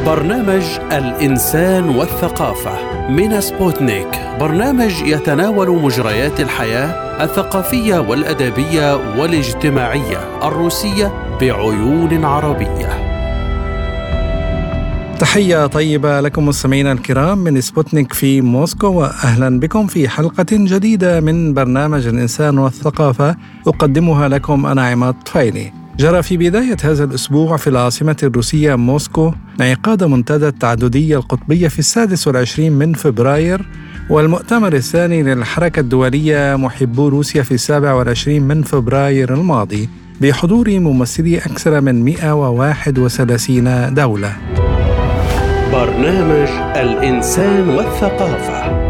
برنامج الإنسان والثقافة من سبوتنيك، برنامج يتناول مجريات الحياة الثقافية والأدبية والاجتماعية الروسية بعيون عربية. تحية طيبة لكم مستمعينا الكرام من سبوتنيك في موسكو، وأهلا بكم في حلقة جديدة من برنامج الإنسان والثقافة أقدمها لكم أنا عماد طفيلي. جرى في بداية هذا الأسبوع في العاصمة الروسية موسكو انعقاد منتدى التعددية القطبية في 26 من فبراير، والمؤتمر الثاني للحركة الدولية محبو روسيا في 27 من فبراير الماضي بحضور ممثلي أكثر من 131 دولة. برنامج الإنسان والثقافة.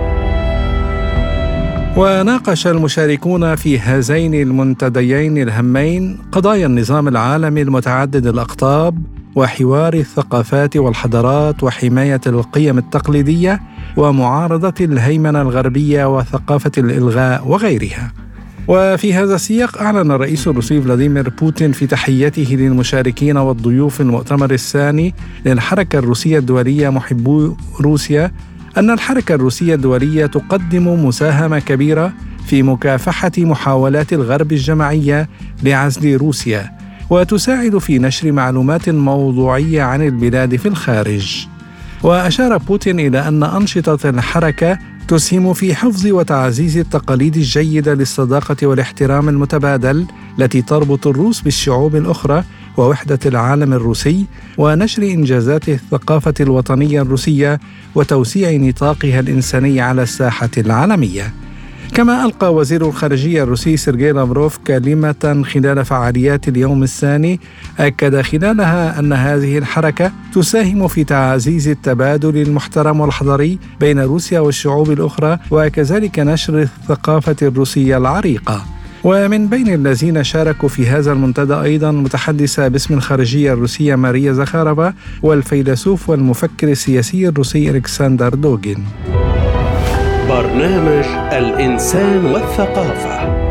وناقش المشاركون في هذين المنتديين الهامين قضايا النظام العالمي المتعدد الأقطاب وحوار الثقافات والحضارات وحماية القيم التقليدية ومعارضة الهيمنة الغربية وثقافة الإلغاء وغيرها. وفي هذا السياق أعلن الرئيس الروسي فلاديمير بوتين في تحيته للمشاركين والضيوف المؤتمر الثاني للحركة الروسية الدولية محبو روسيا أن الحركة الروسية الدولية تقدم مساهمة كبيرة في مكافحة محاولات الغرب الجماعية لعزل روسيا، وتساعد في نشر معلومات موضوعية عن البلاد في الخارج. وأشار بوتين إلى أن أنشطة الحركة تسهم في حفظ وتعزيز التقاليد الجيدة للصداقة والاحترام المتبادل التي تربط الروس بالشعوب الأخرى ووحدة العالم الروسي، ونشر إنجازات الثقافة الوطنية الروسية وتوسيع نطاقها الإنساني على الساحة العالمية. كما ألقى وزير الخارجية الروسي سيرجي لافروف كلمة خلال فعاليات اليوم الثاني أكد خلالها أن هذه الحركة تساهم في تعزيز التبادل المحترم والحضاري بين روسيا والشعوب الأخرى، وكذلك نشر الثقافة الروسية العريقة. ومن بين الذين شاركوا في هذا المنتدى أيضا متحدثة باسم الخارجية الروسية ماريا زخارفا والفيلسوف والمفكر السياسي الروسي ألكسندر دوغين. برنامج الإنسان والثقافة.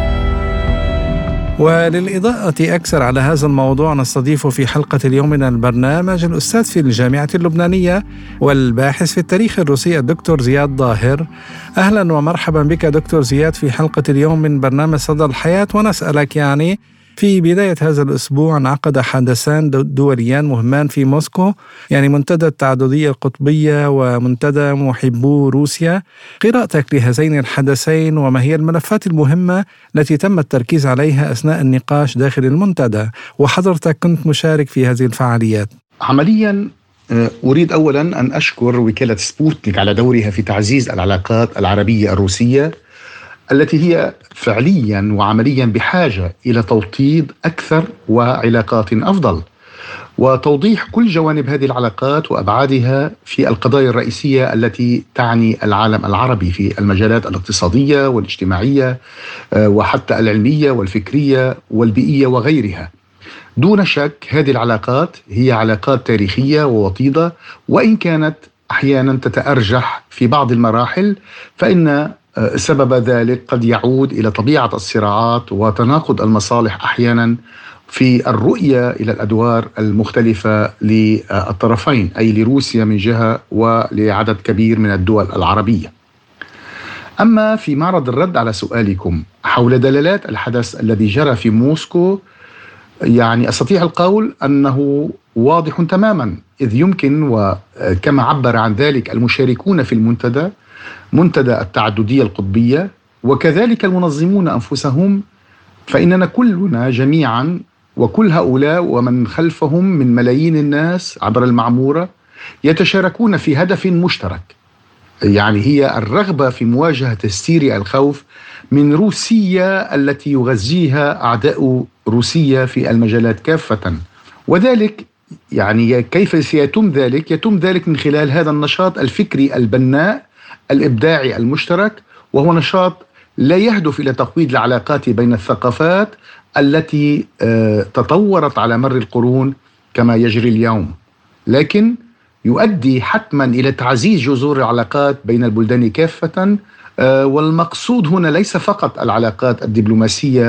وللإضاءة أكثر على هذا الموضوع نستضيف في حلقة اليوم من البرنامج الأستاذ في الجامعة اللبنانية والباحث في التاريخ الروسي الدكتور زياد ظاهر. أهلا ومرحبا بك دكتور زياد في حلقة اليوم من برنامج صدى الحياة. ونسألك في بداية هذا الأسبوع انعقد حدثان دوليان مهمان في موسكو، منتدى التعددية القطبية ومنتدى محبو روسيا. قراءتك لهذين الحدثين وما هي الملفات المهمة التي تم التركيز عليها أثناء النقاش داخل المنتدى، وحضرتك كنت مشارك في هذه الفعاليات. عمليا أريد أولا أن أشكر وكالة سبوتنيك على دورها في تعزيز العلاقات العربية الروسية التي هي فعليا وعمليا بحاجة إلى توطيد أكثر وعلاقات أفضل، وتوضيح كل جوانب هذه العلاقات وأبعادها في القضايا الرئيسية التي تعني العالم العربي في المجالات الاقتصادية والاجتماعية وحتى العلمية والفكرية والبيئية وغيرها. دون شك هذه العلاقات هي علاقات تاريخية ووطيدة، وإن كانت أحيانا تتأرجح في بعض المراحل، فإن سبب ذلك قد يعود إلى طبيعة الصراعات وتناقض المصالح أحيانا في الرؤية إلى الأدوار المختلفة للطرفين، أي لروسيا من جهة ولعدد كبير من الدول العربية. أما في معرض الرد على سؤالكم حول دلالات الحدث الذي جرى في موسكو، أستطيع القول أنه واضح تماما، إذ يمكن وكما عبر عن ذلك المشاركون في المنتدى منتدى التعددية القطبية وكذلك المنظمون أنفسهم، فإننا كلنا جميعا وكل هؤلاء ومن خلفهم من ملايين الناس عبر المعمورة يتشاركون في هدف مشترك، هي الرغبة في مواجهة هستيريا الخوف من روسيا التي يغذيها أعداء روسيا في المجالات كافة. وذلك كيف سيتم ذلك؟ يتم ذلك من خلال هذا النشاط الفكري البناء الإبداعي المشترك، وهو نشاط لا يهدف إلى تقويض العلاقات بين الثقافات التي تطورت على مر القرون كما يجري اليوم، لكن يؤدي حتما إلى تعزيز جذور العلاقات بين البلدان كافة. والمقصود هنا ليس فقط العلاقات الدبلوماسية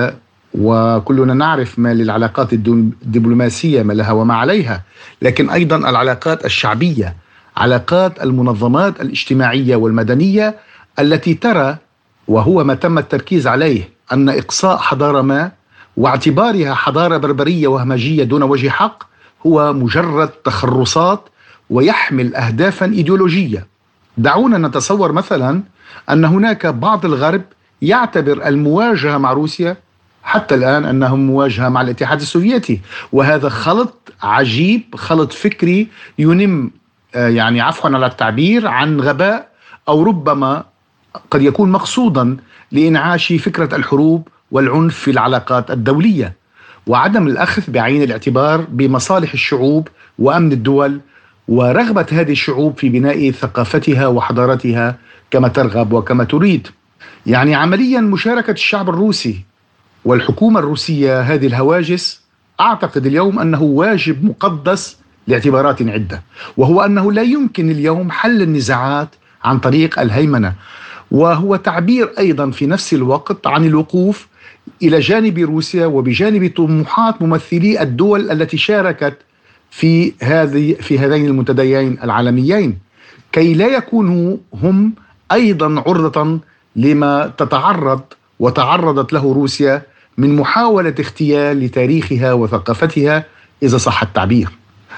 وكلنا نعرف ما للعلاقات الدبلوماسية ما لها وما عليها، لكن أيضا العلاقات الشعبية، علاقات المنظمات الاجتماعية والمدنية التي ترى، وهو ما تم التركيز عليه، أن إقصاء حضارة ما واعتبارها حضارة بربرية وهمجية دون وجه حق هو مجرد تخرصات ويحمل أهدافا إيديولوجية. دعونا نتصور مثلا أن هناك بعض الغرب يعتبر المواجهة مع روسيا حتى الآن أنها مواجهة مع الاتحاد السوفيتي، وهذا خلط عجيب، خلط فكري ينم يعني عفوا على التعبير عن غباء، أو ربما قد يكون مقصودا لإنعاش فكرة الحروب والعنف في العلاقات الدولية، وعدم الأخذ بعين الاعتبار بمصالح الشعوب وأمن الدول ورغبة هذه الشعوب في بناء ثقافتها وحضارتها كما ترغب وكما تريد. يعني عمليا مشاركة الشعب الروسي والحكومة الروسية هذه الهواجس أعتقد اليوم أنه واجب مقدس لاعتبارات عدة، وهو أنه لا يمكن اليوم حل النزاعات عن طريق الهيمنة، وهو تعبير أيضا في نفس الوقت عن الوقوف إلى جانب روسيا وبجانب طموحات ممثلي الدول التي شاركت في هذين المنتديين العالميين، كي لا يكونوا هم أيضا عرضة لما وتعرضت له روسيا من محاولة اغتيال لتاريخها وثقافتها إذا صح التعبير.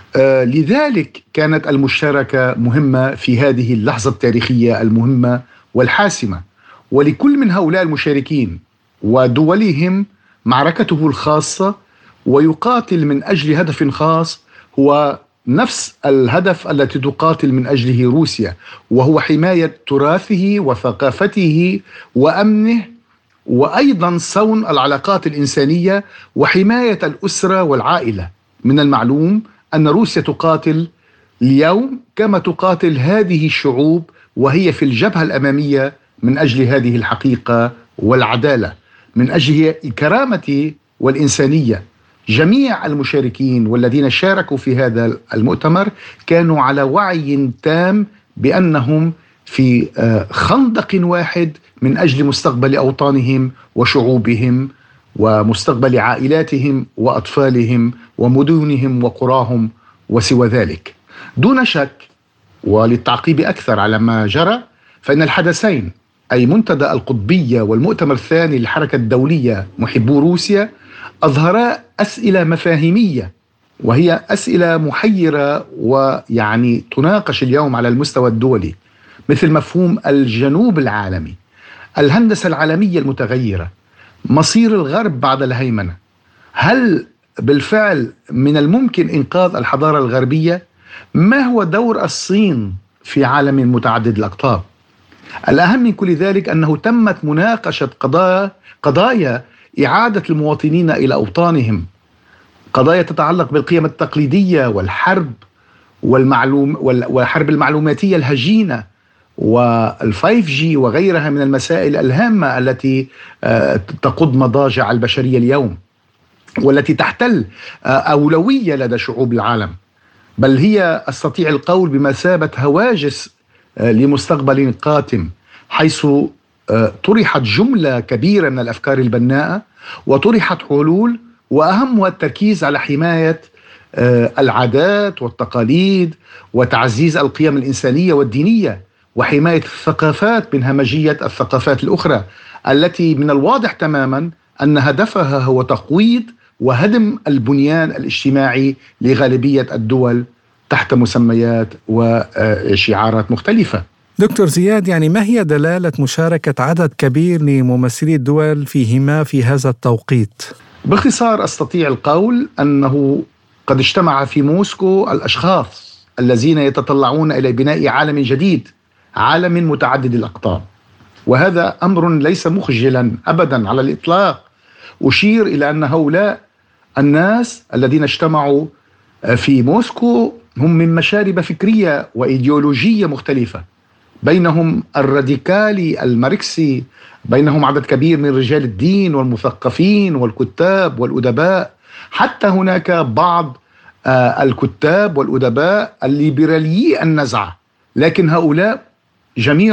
لذلك كانت المشاركة مهمة في هذه اللحظة التاريخية المهمة والحاسمة، ولكل من هؤلاء المشاركين ودولهم معركته الخاصة، ويقاتل من أجل هدف خاص هو نفس الهدف التي تقاتل من أجله روسيا، وهو حماية تراثه وثقافته وأمنه، وأيضا صون العلاقات الإنسانية وحماية الأسرة والعائلة. من المعلوم أن روسيا تقاتل اليوم كما تقاتل هذه الشعوب وهي في الجبهة الأمامية من أجل هذه الحقيقة والعدالة، من أجل الكرامة والإنسانية. جميع المشاركين والذين شاركوا في هذا المؤتمر كانوا على وعي تام بأنهم في خندق واحد من أجل مستقبل أوطانهم وشعوبهم ومستقبل عائلاتهم وأطفالهم ومدنهم وقراهم وسوى ذلك. دون شك، وللتعقيب أكثر على ما جرى، فإن الحدثين أي منتدى القطبية والمؤتمر الثاني للحركة الدولية محبو روسيا أظهرا أسئلة مفاهيمية، وهي أسئلة محيرة ويعني تناقش اليوم على المستوى الدولي، مثل مفهوم الجنوب العالمي، الهندسة العالمية المتغيرة، مصير الغرب بعد الهيمنة، هل بالفعل من الممكن إنقاذ الحضارة الغربية؟ ما هو دور الصين في عالم متعدد الأقطاب؟ الأهم من كل ذلك أنه تمت مناقشة قضايا إعادة المواطنين إلى أوطانهم، قضايا تتعلق بالقيم التقليدية والحرب والحرب المعلوماتية الهجينة وال5G وغيرها من المسائل الهامة التي تقود مضاجع البشرية اليوم، والتي تحتل أولوية لدى شعوب العالم، بل هي أستطيع القول بمثابة هواجس لمستقبل قاتم، حيث طرحت جملة كبيرة من الأفكار البناءة وطرحت حلول، وأهمها التركيز على حماية العادات والتقاليد وتعزيز القيم الإنسانية والدينية وحماية الثقافات من همجية الثقافات الأخرى، التي من الواضح تماما أن هدفها هو تقويض وهدم البنيان الاجتماعي لغالبية الدول تحت مسميات وشعارات مختلفة. دكتور زياد، يعني ما هي دلالة مشاركة عدد كبير لممثلي الدول فيهما في هذا التوقيت؟ باختصار أستطيع القول أنه قد اجتمع في موسكو الأشخاص الذين يتطلعون إلى بناء عالم جديد، عالم متعدد الأقطاب، وهذا أمر ليس مخجلا أبدا على الإطلاق. أشير إلى أن هؤلاء الناس الذين اجتمعوا في موسكو هم من مشارب فكرية وإيديولوجية مختلفة، بينهم الراديكالي الماركسي، بينهم عدد كبير من رجال الدين والمثقفين والكتاب والأدباء، حتى هناك بعض الكتاب والأدباء الليبراليي النزعة، لكن هؤلاء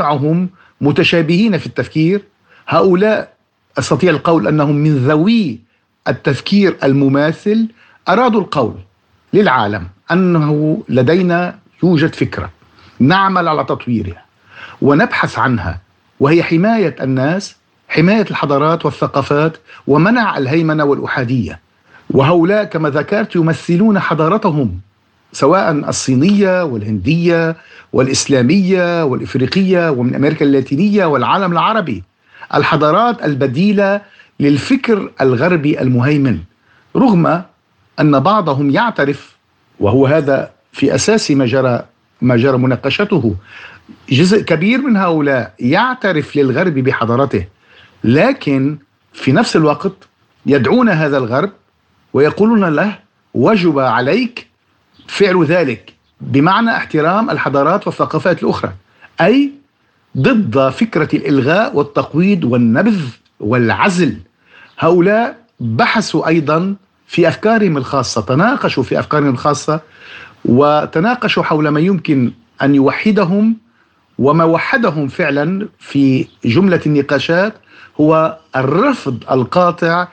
جميعهم متشابهين في التفكير. هؤلاء أستطيع القول أنهم من ذوي التفكير المماثل أرادوا القول للعالم أنه لدينا يوجد فكرة نعمل على تطويرها ونبحث عنها، وهي حماية الناس، حماية الحضارات والثقافات، ومنع الهيمنة والأحادية. وهؤلاء كما ذكرت يمثلون حضارتهم، سواء الصينية والهندية والإسلامية والإفريقية ومن أمريكا اللاتينية والعالم العربي، الحضارات البديلة للفكر الغربي المهيمن، رغم أن بعضهم يعترف، وهو هذا في أساس ما جرى مناقشته، جزء كبير من هؤلاء يعترف للغرب بحضارته، لكن في نفس الوقت يدعون هذا الغرب ويقولون له وجب عليك فعل ذلك، بمعنى احترام الحضارات والثقافات الأخرى، أي ضد فكرة الإلغاء والتقويض والنبذ والعزل. هؤلاء بحثوا أيضا في أفكارهم الخاصة، تناقشوا في أفكارهم الخاصة وتناقشوا حول ما يمكن أن يوحدهم، وما وحدهم فعلا في جملة النقاشات هو الرفض القاطع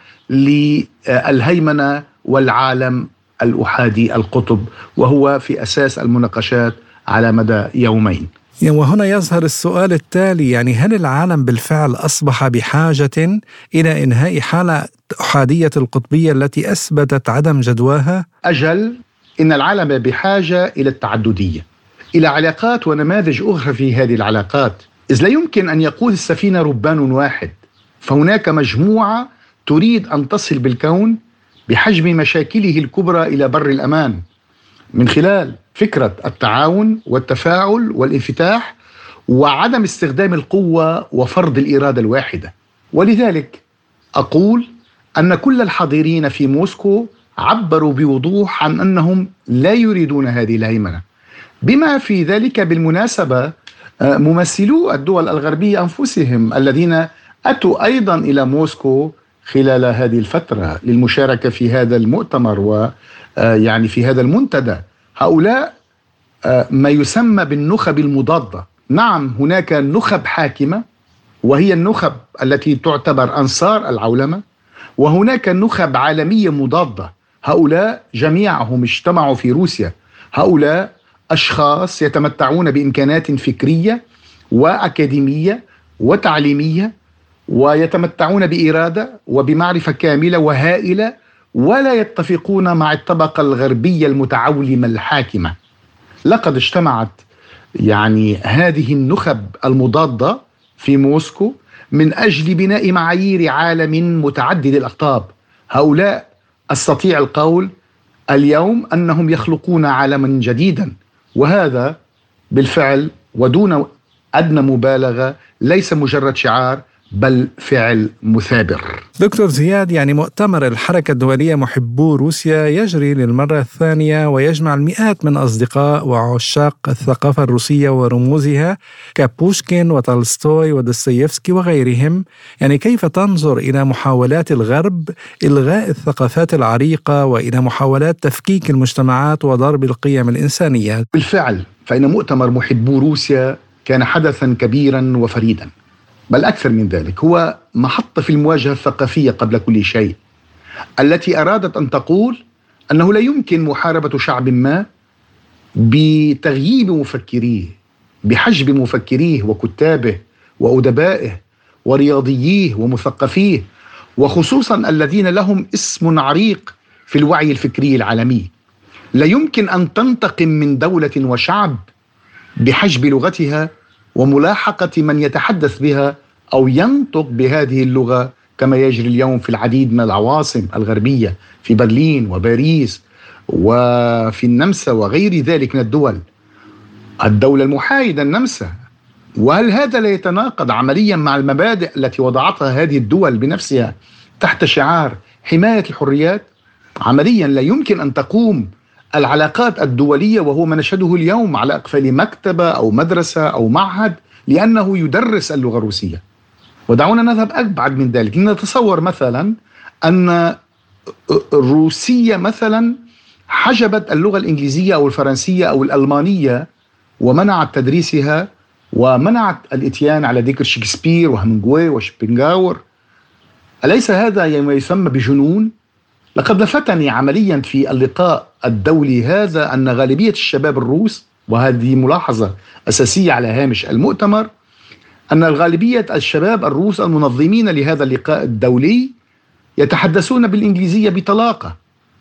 للهيمنة والعالم الأحادي القطب، وهو في أساس المناقشات على مدى يومين. وهنا يظهر السؤال التالي، يعني هل العالم بالفعل أصبح بحاجة إلى إنهاء حالة أحادية القطبية التي أثبتت عدم جدواها؟ أجل، إن العالم بحاجة إلى التعددية، إلى علاقات ونماذج أخرى في هذه العلاقات، إذ لا يمكن أن يقود السفينة ربان واحد، فهناك مجموعة تريد أن تصل بالكون بحجم مشاكله الكبرى إلى بر الأمان من خلال فكرة التعاون والتفاعل والانفتاح وعدم استخدام القوة وفرض الإرادة الواحدة. ولذلك أقول أن كل الحاضرين في موسكو عبروا بوضوح عن أنهم لا يريدون هذه الهيمنة، بما في ذلك بالمناسبة ممثلو الدول الغربية أنفسهم الذين أتوا أيضا إلى موسكو خلال هذه الفترة للمشاركة في هذا المؤتمر ويعني في هذا المنتدى، هؤلاء ما يسمى بالنخب المضادة. نعم، هناك نخب حاكمة وهي النخب التي تعتبر أنصار العولمة، وهناك نخب عالمية مضادة، هؤلاء جميعهم اجتمعوا في روسيا. هؤلاء أشخاص يتمتعون بإمكانات فكرية وأكاديمية وتعليمية، ويتمتعون بإرادة وبمعرفة كاملة وهائلة، ولا يتفقون مع الطبقة الغربية المتعولمة الحاكمة. لقد اجتمعت يعني هذه النخب المضادة في موسكو من أجل بناء معايير عالم متعدد الأقطاب. هؤلاء أستطيع القول اليوم أنهم يخلقون عالما جديدا، وهذا بالفعل ودون أدنى مبالغة ليس مجرد شعار بل فعل مثابر. دكتور زياد، يعني مؤتمر الحركة الدولية محبو روسيا يجري للمرة الثانية ويجمع المئات من أصدقاء وعشاق الثقافة الروسية ورموزها كبوشكين وتولستوي ودوستويفسكي وغيرهم. يعني كيف تنظر إلى محاولات الغرب إلغاء الثقافات العريقة وإلى محاولات تفكيك المجتمعات وضرب القيم الإنسانية؟ بالفعل فإن مؤتمر محبو روسيا كان حدثا كبيرا وفريدا، بل أكثر من ذلك، هو محطة في المواجهة الثقافية قبل كل شيء، التي أرادت أن تقول أنه لا يمكن محاربة شعب ما بتغييب مفكريه، بحجب مفكريه وكتابه وأدبائه ورياضييه ومثقفيه، وخصوصا الذين لهم اسم عريق في الوعي الفكري العالمي. لا يمكن أن تنتقم من دولة وشعب بحجب لغتها وملاحقة من يتحدث بها أو ينطق بهذه اللغة، كما يجري اليوم في العديد من العواصم الغربية، في برلين وباريس وفي النمسا وغير ذلك من الدول. الدولة المحايدة النمسا، وهل هذا لا يتناقض عمليا مع المبادئ التي وضعتها هذه الدول بنفسها تحت شعار حماية الحريات؟ عمليا لا يمكن أن تقوم العلاقات الدولية وهو ما نشهده اليوم على أقفال مكتبة أو مدرسة أو معهد لأنه يدرس اللغة الروسية. ودعونا نذهب أبعد من ذلك، نتصور مثلا أن روسيا مثلا حجبت اللغة الإنجليزية أو الفرنسية أو الألمانية ومنعت تدريسها ومنعت الإتيان على ذكر شكسبير وهمنغواي وشوبنهاور. أليس هذا ما يسمى بجنون؟ لقد لفتني عمليا في اللقاء الدولي هذا أن غالبية الشباب الروس، وهذه ملاحظة أساسية على هامش المؤتمر، أن غالبية الشباب الروس المنظمين لهذا اللقاء الدولي يتحدثون بالإنجليزية بطلاقة.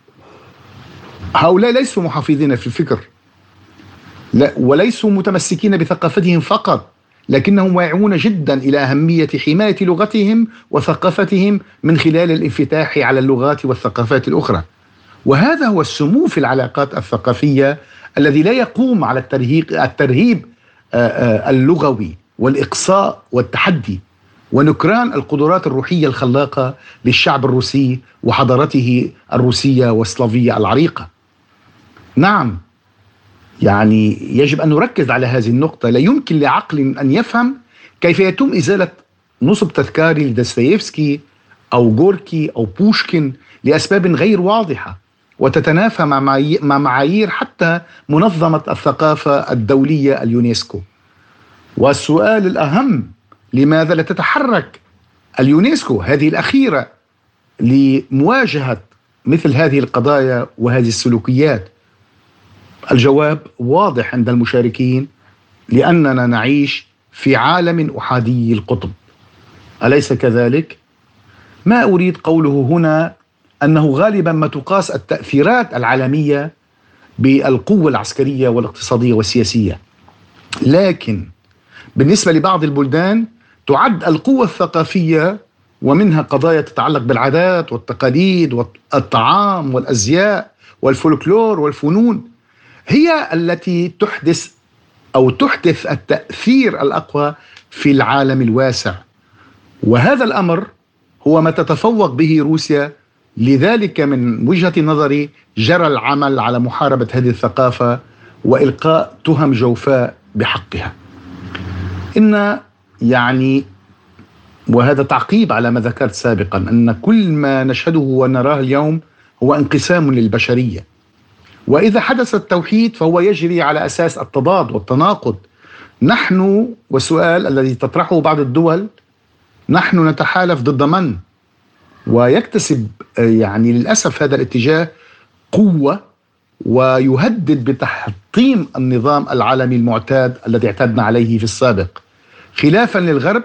هؤلاء ليسوا محافظين في الفكر، وليسوا متمسكين بثقافتهم فقط، لكنهم واعون جدا إلى أهمية حماية لغتهم وثقافتهم من خلال الانفتاح على اللغات والثقافات الأخرى. وهذا هو السمو في العلاقات الثقافية الذي لا يقوم على الترهيب اللغوي والإقصاء والتحدي ونكران القدرات الروحية الخلاقة للشعب الروسي وحضارته الروسية والسلافية العريقة. نعم، يعني يجب أن نركز على هذه النقطة. لا يمكن لعقل أن يفهم كيف يتم إزالة نصب تذكاري لدوستويفسكي أو غوركي أو بوشكين لأسباب غير واضحة وتتنافى مع معايير حتى منظمة الثقافة الدولية اليونسكو. والسؤال الأهم، لماذا لا تتحرك اليونسكو هذه الأخيرة لمواجهة مثل هذه القضايا وهذه السلوكيات؟ الجواب واضح عند المشاركين: لأننا نعيش في عالم أحادي القطب. أليس كذلك؟ ما أريد قوله هنا أنه غالبا ما تقاس التأثيرات العالمية بالقوة العسكرية والاقتصادية والسياسية، لكن بالنسبة لبعض البلدان تعد القوة الثقافية، ومنها قضايا تتعلق بالعادات والتقاليد والطعام والأزياء والفولكلور والفنون، هي التي تحدث التأثير الأقوى في العالم الواسع. وهذا الأمر هو ما تتفوق به روسيا. لذلك من وجهة نظري جرى العمل على محاربة هذه الثقافة وإلقاء تهم جوفاء بحقها. وهذا تعقيب على ما ذكرت سابقا، أن كل ما نشهده ونراه اليوم هو انقسام للبشرية، وإذا حدث التوحيد فهو يجري على أساس التضاد والتناقض. نحن، والسؤال الذي تطرحه بعض الدول، نحن نتحالف ضد من؟ ويكتسب للأسف هذا الاتجاه قوة ويهدد بتحطيم النظام العالمي المعتاد الذي اعتدنا عليه في السابق. خلافا للغرب،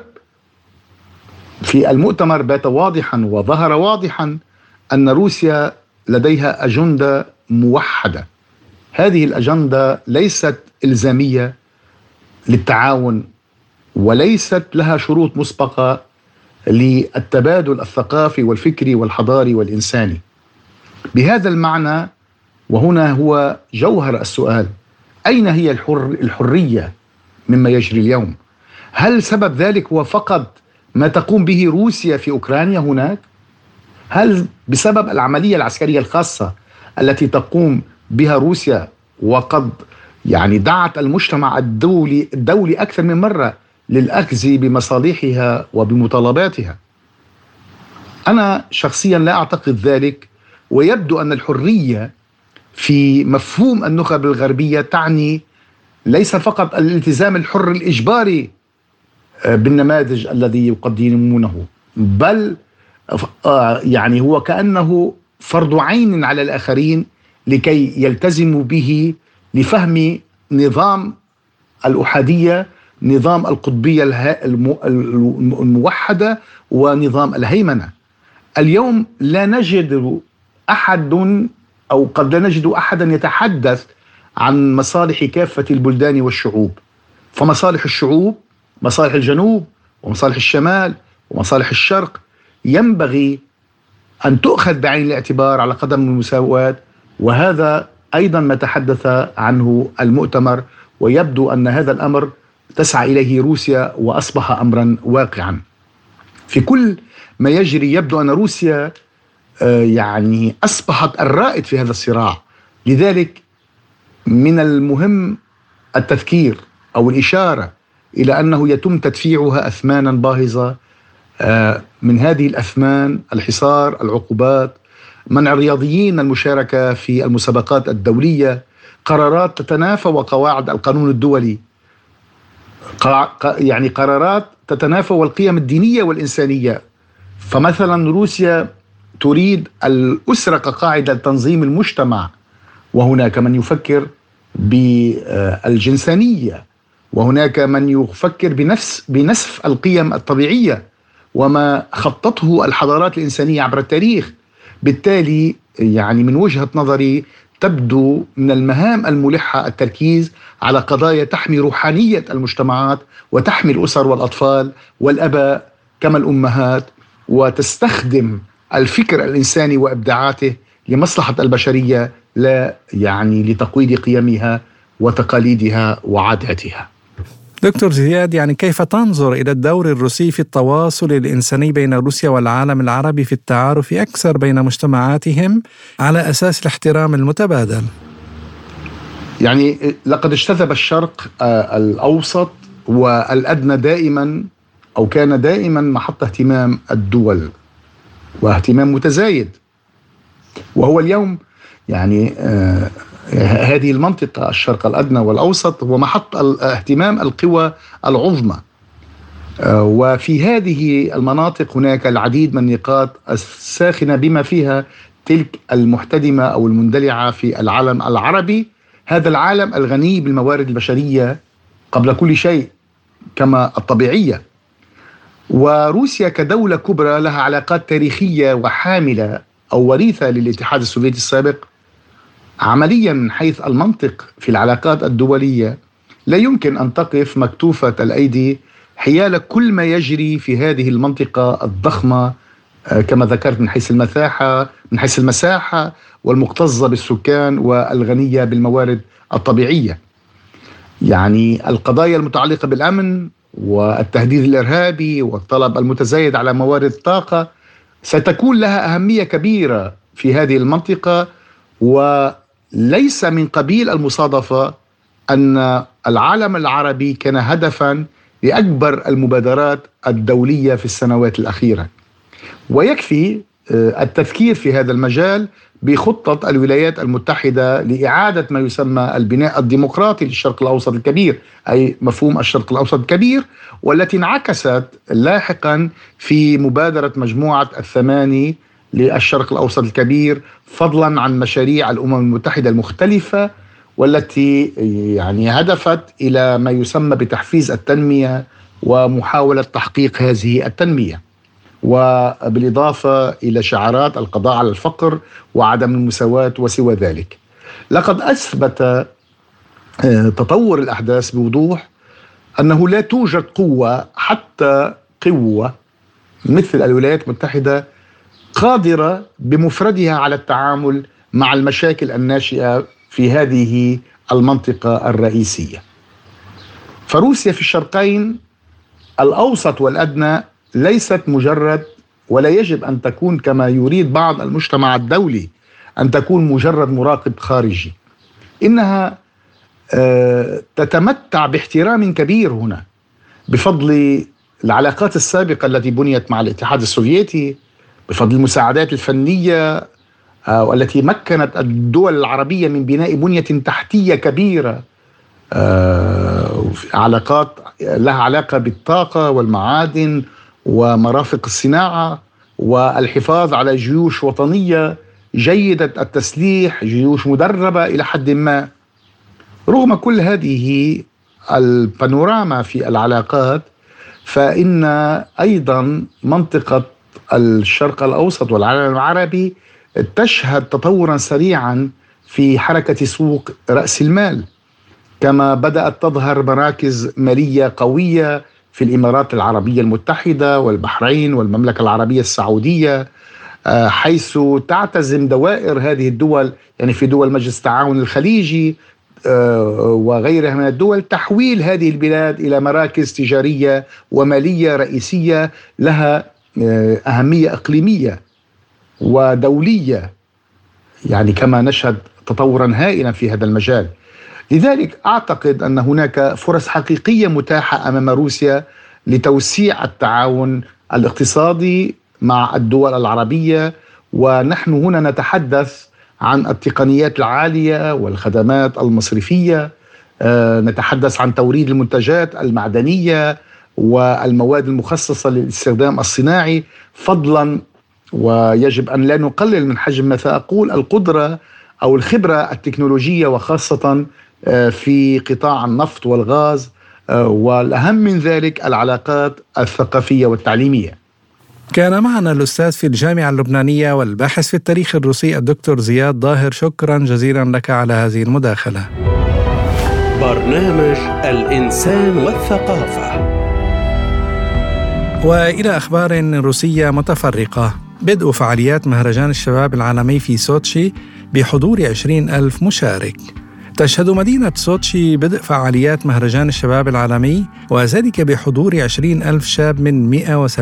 في المؤتمر بات واضحا وظهر واضحا أن روسيا لديها أجندة موحدة. هذه الأجندة ليست إلزامية للتعاون، وليست لها شروط مسبقة للتبادل الثقافي والفكري والحضاري والإنساني. بهذا المعنى، وهنا هو جوهر السؤال، أين هي الحرية مما يجري اليوم؟ هل سبب ذلك هو فقط ما تقوم به روسيا في أوكرانيا هناك؟ هل بسبب العملية العسكرية الخاصة التي تقوم بها روسيا، وقد دعت المجتمع الدولي أكثر من مرة للأخذ بمصالحها وبمطالباتها؟ أنا شخصيا لا أعتقد ذلك، ويبدو أن الحرية في مفهوم النخب الغربية تعني ليس فقط الالتزام الحر الإجباري بالنماذج الذي يقدمونه، بل هو كأنه فرض عين على الآخرين لكي يلتزموا به لفهم نظام الأحادية، نظام القطبية الموحدة، ونظام الهيمنة. اليوم لا نجد أحد، أو قد لا نجد أحدا يتحدث عن مصالح كافة البلدان والشعوب. فمصالح الشعوب، مصالح الجنوب ومصالح الشمال ومصالح الشرق، ينبغي أن تؤخذ بعين الاعتبار على قدم المساواة. وهذا أيضا ما تحدث عنه المؤتمر، ويبدو أن هذا الأمر تسعى إليه روسيا وأصبح أمرا واقعا. في كل ما يجري يبدو أن روسيا أصبحت الرائد في هذا الصراع. لذلك من المهم التذكير أو الإشارة إلى أنه يتم تدفيعها أثمانا باهظة. من هذه الأثمان الحصار، العقوبات، منع الرياضيين المشاركة في المسابقات الدولية، قرارات تتنافى وقواعد القانون الدولي، قرارات تتنافى والقيم الدينية والإنسانية. فمثلا روسيا تريد الأسرة كقاعدة لتنظيم المجتمع، وهناك من يفكر بالجنسانية، وهناك من يفكر بنسف القيم الطبيعية وما خطته الحضارات الإنسانية عبر التاريخ. بالتالي يعني من وجهة نظري تبدو من المهام الملحة التركيز على قضايا تحمي روحانية المجتمعات وتحمي الأسر والأطفال والأباء كما الأمهات، وتستخدم الفكر الإنساني وإبداعاته لمصلحة البشرية، لا يعني لتقويض قيمها وتقاليدها وعاداتها. دكتور زياد، يعني كيف تنظر إلى الدور الروسي في التواصل الإنساني بين روسيا والعالم العربي في التعارف أكثر بين مجتمعاتهم على أساس الاحترام المتبادل؟ يعني لقد اجتذب الشرق الأوسط والأدنى دائما أو كان دائما محط اهتمام الدول واهتمام متزايد، وهو اليوم يعني هذه المنطقة الشرق الأدنى والأوسط هو محط اهتمام القوى العظمى، وفي هذه المناطق هناك العديد من النقاط الساخنة بما فيها تلك المحتدمة أو المندلعة في العالم العربي، هذا العالم الغني بالموارد البشرية قبل كل شيء كما الطبيعية. وروسيا كدولة كبرى لها علاقات تاريخية وحاملة أو وريثة للاتحاد السوفيتي السابق. عمليا من حيث المنطق في العلاقات الدولية لا يمكن أن تقف مكتوفة الأيدي حيال كل ما يجري في هذه المنطقة الضخمة كما ذكرت من حيث المساحة والمكتظة بالسكان والغنية بالموارد الطبيعية. يعني القضايا المتعلقة بالأمن والتهديد الإرهابي والطلب المتزايد على موارد الطاقة ستكون لها أهمية كبيرة في هذه المنطقة، وليس من قبيل المصادفة أن العالم العربي كان هدفا لأكبر المبادرات الدولية في السنوات الأخيرة. ويكفي التذكير في هذا المجال بخطة الولايات المتحدة لإعادة ما يسمى البناء الديمقراطي للشرق الأوسط الكبير، أي مفهوم الشرق الأوسط الكبير، والتي انعكست لاحقا في مبادرة مجموعة الثماني للشرق الأوسط الكبير، فضلا عن مشاريع الأمم المتحدة المختلفة والتي يعني هدفت إلى ما يسمى بتحفيز التنمية ومحاولة تحقيق هذه التنمية، وبالإضافة إلى شعارات القضاء على الفقر وعدم المساواة وسوى ذلك. لقد أثبت تطور الأحداث بوضوح أنه لا توجد قوة، حتى قوة مثل الولايات المتحدة، قادرة بمفردها على التعامل مع المشاكل الناشئة في هذه المنطقة الرئيسية. فروسيا في الشرقين الأوسط والأدنى ليست مجرد، ولا يجب أن تكون كما يريد بعض المجتمع الدولي أن تكون مجرد مراقب خارجي. إنها تتمتع باحترام كبير هنا بفضل العلاقات السابقة التي بنيت مع الاتحاد السوفيتي، بفضل المساعدات الفنية والتي مكنت الدول العربية من بناء بنية تحتية كبيرة، علاقات لها علاقة بالطاقة والمعادن ومرافق الصناعة والحفاظ على جيوش وطنية جيدة التسليح، جيوش مدربة إلى حد ما. رغم كل هذه البانوراما في العلاقات، فإن أيضا منطقة الشرق الأوسط والعالم العربي تشهد تطورا سريعا في حركة سوق رأس المال، كما بدأت تظهر مراكز مالية قوية في الإمارات العربية المتحدة والبحرين والمملكة العربية السعودية، حيث تعتزم دوائر هذه الدول، يعني في دول مجلس التعاون الخليجي وغيرها من الدول، تحويل هذه البلاد إلى مراكز تجارية ومالية رئيسية لها أهمية إقليمية ودولية، يعني كما نشهد تطورا هائلا في هذا المجال. لذلك أعتقد أن هناك فرص حقيقية متاحة أمام روسيا لتوسيع التعاون الاقتصادي مع الدول العربية، ونحن هنا نتحدث عن التقنيات العالية والخدمات المصرفية، نتحدث عن توريد المنتجات المعدنية والمواد المخصصة للاستخدام الصناعي، فضلا ويجب أن لا نقلل من حجم ما سأقول القدرة أو الخبرة التكنولوجية، وخاصة في قطاع النفط والغاز، والأهم من ذلك العلاقات الثقافية والتعليمية. كان معنا الأستاذ في الجامعة اللبنانية والباحث في التاريخ الروسي الدكتور زياد ظاهر. شكرا جزيلا لك على هذه المداخلة. برنامج الإنسان والثقافة. وإلى أخبار روسية متفرقة. بدء فعاليات مهرجان الشباب العالمي في سوتشي بحضور 20,000 مشارك. تشهد مدينة سوتشي بدء فعاليات مهرجان الشباب العالمي، وذلك بحضور 20,000 شاب من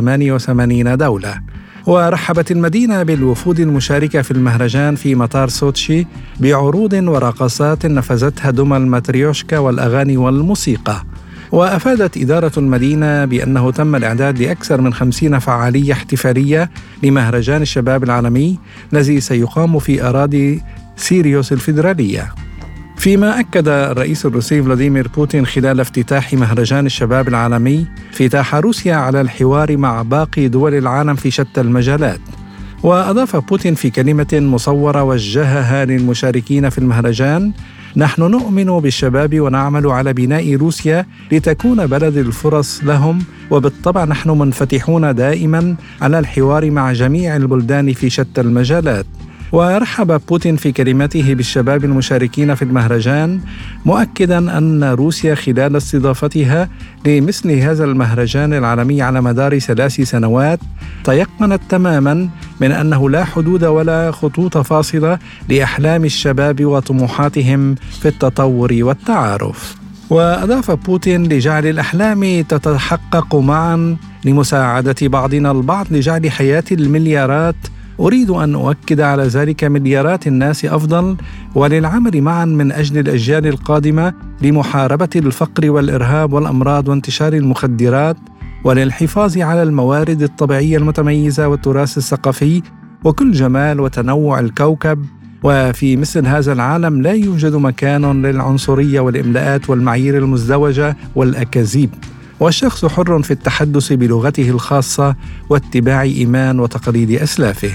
188 دولة. ورحبت المدينة بالوفود المشاركة في المهرجان في مطار سوتشي بعروض ورقصات نفذتها دمى الماتريوشكا والأغاني والموسيقى. وأفادت إدارة المدينة بأنه تم الإعداد لأكثر من 50 فعالية احتفالية لمهرجان الشباب العالمي الذي سيقام في أراضي سيريوس الفيدرالية. فيما أكد الرئيس الروسي فلاديمير بوتين خلال افتتاح مهرجان الشباب العالمي افتتاح روسيا على الحوار مع باقي دول العالم في شتى المجالات. وأضاف بوتين في كلمة مصورة وجهها للمشاركين في المهرجان: نحن نؤمن بالشباب ونعمل على بناء روسيا لتكون بلد الفرص لهم، وبالطبع نحن منفتحون دائما على الحوار مع جميع البلدان في شتى المجالات. ورحب بوتين في كلمته بالشباب المشاركين في المهرجان، مؤكدا أن روسيا خلال استضافتها لمثل هذا المهرجان العالمي على مدار 3 سنوات تيقنت تماما من أنه لا حدود ولا خطوط فاصلة لأحلام الشباب وطموحاتهم في التطور والتعارف. وأضاف بوتين: لجعل الأحلام تتحقق معا، لمساعدة بعضنا البعض لجعل حياة المليارات، أريد أن أؤكد على ذلك مليارات الناس أفضل، وللعمل معا من أجل الأجيال القادمة لمحاربة الفقر والإرهاب والأمراض وانتشار المخدرات، وللحفاظ على الموارد الطبيعية المتميزة والتراث الثقافي وكل جمال وتنوع الكوكب. وفي مثل هذا العالم لا يوجد مكان للعنصرية والإملاءات والمعايير المزدوجة والأكاذيب، والشخص حر في التحدث بلغته الخاصة واتباع إيمان وتقاليد أسلافه.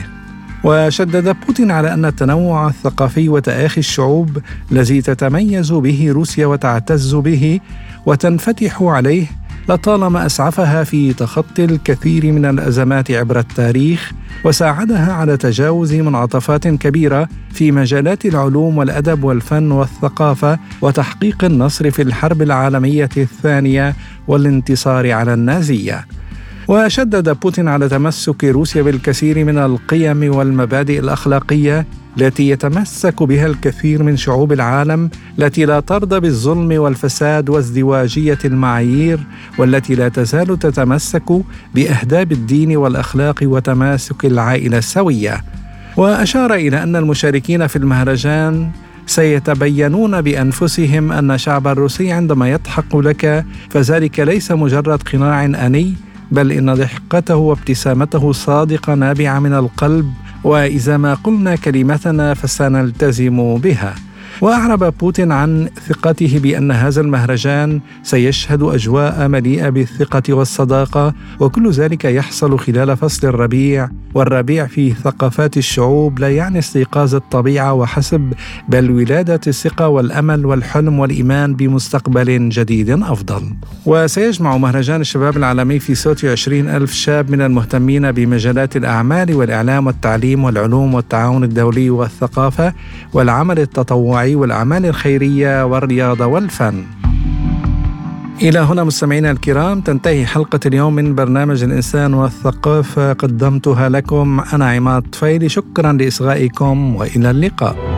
وشدد بوتين على أن التنوع الثقافي وتآخي الشعوب الذي تتميز به روسيا وتعتز به وتنفتح عليه لطالما أسعفها في تخطي الكثير من الأزمات عبر التاريخ، وساعدها على تجاوز منعطفات كبيرة في مجالات العلوم والأدب والفن والثقافة وتحقيق النصر في الحرب العالمية الثانية والانتصار على النازية. وشدد بوتين على تمسك روسيا بالكثير من القيم والمبادئ الأخلاقية التي يتمسك بها الكثير من شعوب العالم، التي لا ترضى بالظلم والفساد وازدواجية المعايير، والتي لا تزال تتمسك بأهداب الدين والأخلاق وتماسك العائلة السوية. وأشار إلى أن المشاركين في المهرجان سيتبينون بأنفسهم أن الشعب الروسي عندما يضحك لك فذلك ليس مجرد قناع أني، بل إن ضحكته وابتسامته صادقة نابعة من القلب، وإذا ما قلنا كلمتنا فسنلتزم بها. وأعرب بوتين عن ثقته بأن هذا المهرجان سيشهد أجواء مليئة بالثقة والصداقة، وكل ذلك يحصل خلال فصل الربيع، والربيع في ثقافات الشعوب لا يعني استيقاظ الطبيعة وحسب، بل ولادة الثقة والأمل والحلم والإيمان بمستقبل جديد أفضل. وسيجمع مهرجان الشباب العالمي في سوتشي 20,000 شاب من المهتمين بمجالات الأعمال والإعلام والتعليم والعلوم والتعاون الدولي والثقافة والعمل التطوعي والأعمال الخيرية والرياضة والفن. إلى هنا مستمعينا الكرام تنتهي حلقة اليوم من برنامج الإنسان والثقافة، قدمتها لكم أنا عماد طفيلي. شكرا لإصغائكم وإلى اللقاء.